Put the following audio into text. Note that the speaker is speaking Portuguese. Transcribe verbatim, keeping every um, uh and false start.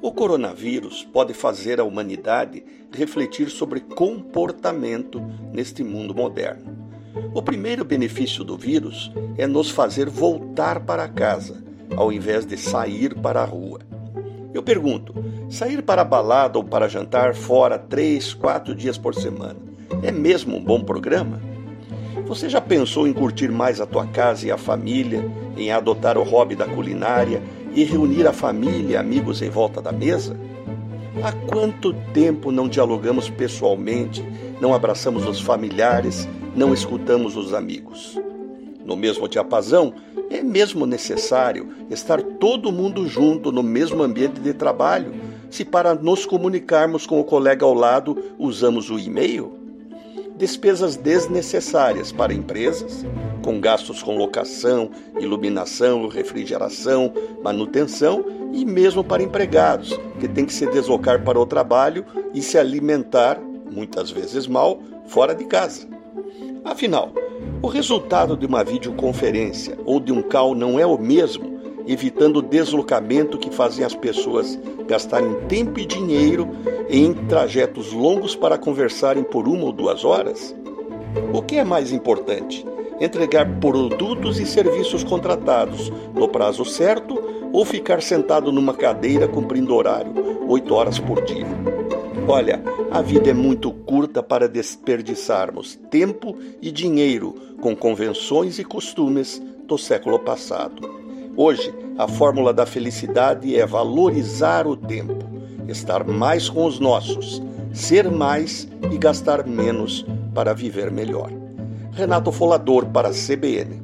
O coronavírus pode fazer a humanidade refletir sobre comportamento neste mundo moderno. O primeiro benefício do vírus é nos fazer voltar para casa, ao invés de sair para a rua. Eu pergunto, sair para a balada ou para jantar fora três, quatro dias por semana é mesmo um bom programa? Você já pensou em curtir mais a tua casa e a família, em adotar o hobby da culinária e reunir a família e amigos em volta da mesa? Há quanto tempo não dialogamos pessoalmente, não abraçamos os familiares, não escutamos os amigos? No mesmo diapasão, é mesmo necessário estar todo mundo junto no mesmo ambiente de trabalho, se para nos comunicarmos com o colega ao lado usamos o e-mail? Despesas desnecessárias para empresas, com gastos com locação, iluminação, refrigeração, manutenção e mesmo para empregados, que têm que se deslocar para o trabalho e se alimentar, muitas vezes mal, fora de casa. Afinal, o resultado de uma videoconferência ou de um call não é o mesmo, evitando o deslocamento que fazem as pessoas gastarem tempo e dinheiro em trajetos longos para conversarem por uma ou duas horas? O que é mais importante? Entregar produtos e serviços contratados no prazo certo ou ficar sentado numa cadeira cumprindo horário oito horas por dia? Olha, a vida é muito curta para desperdiçarmos tempo e dinheiro com convenções e costumes do século passado. Hoje, a fórmula da felicidade é valorizar o tempo, estar mais com os nossos, ser mais e gastar menos para viver melhor. Renato Folador para a C B N.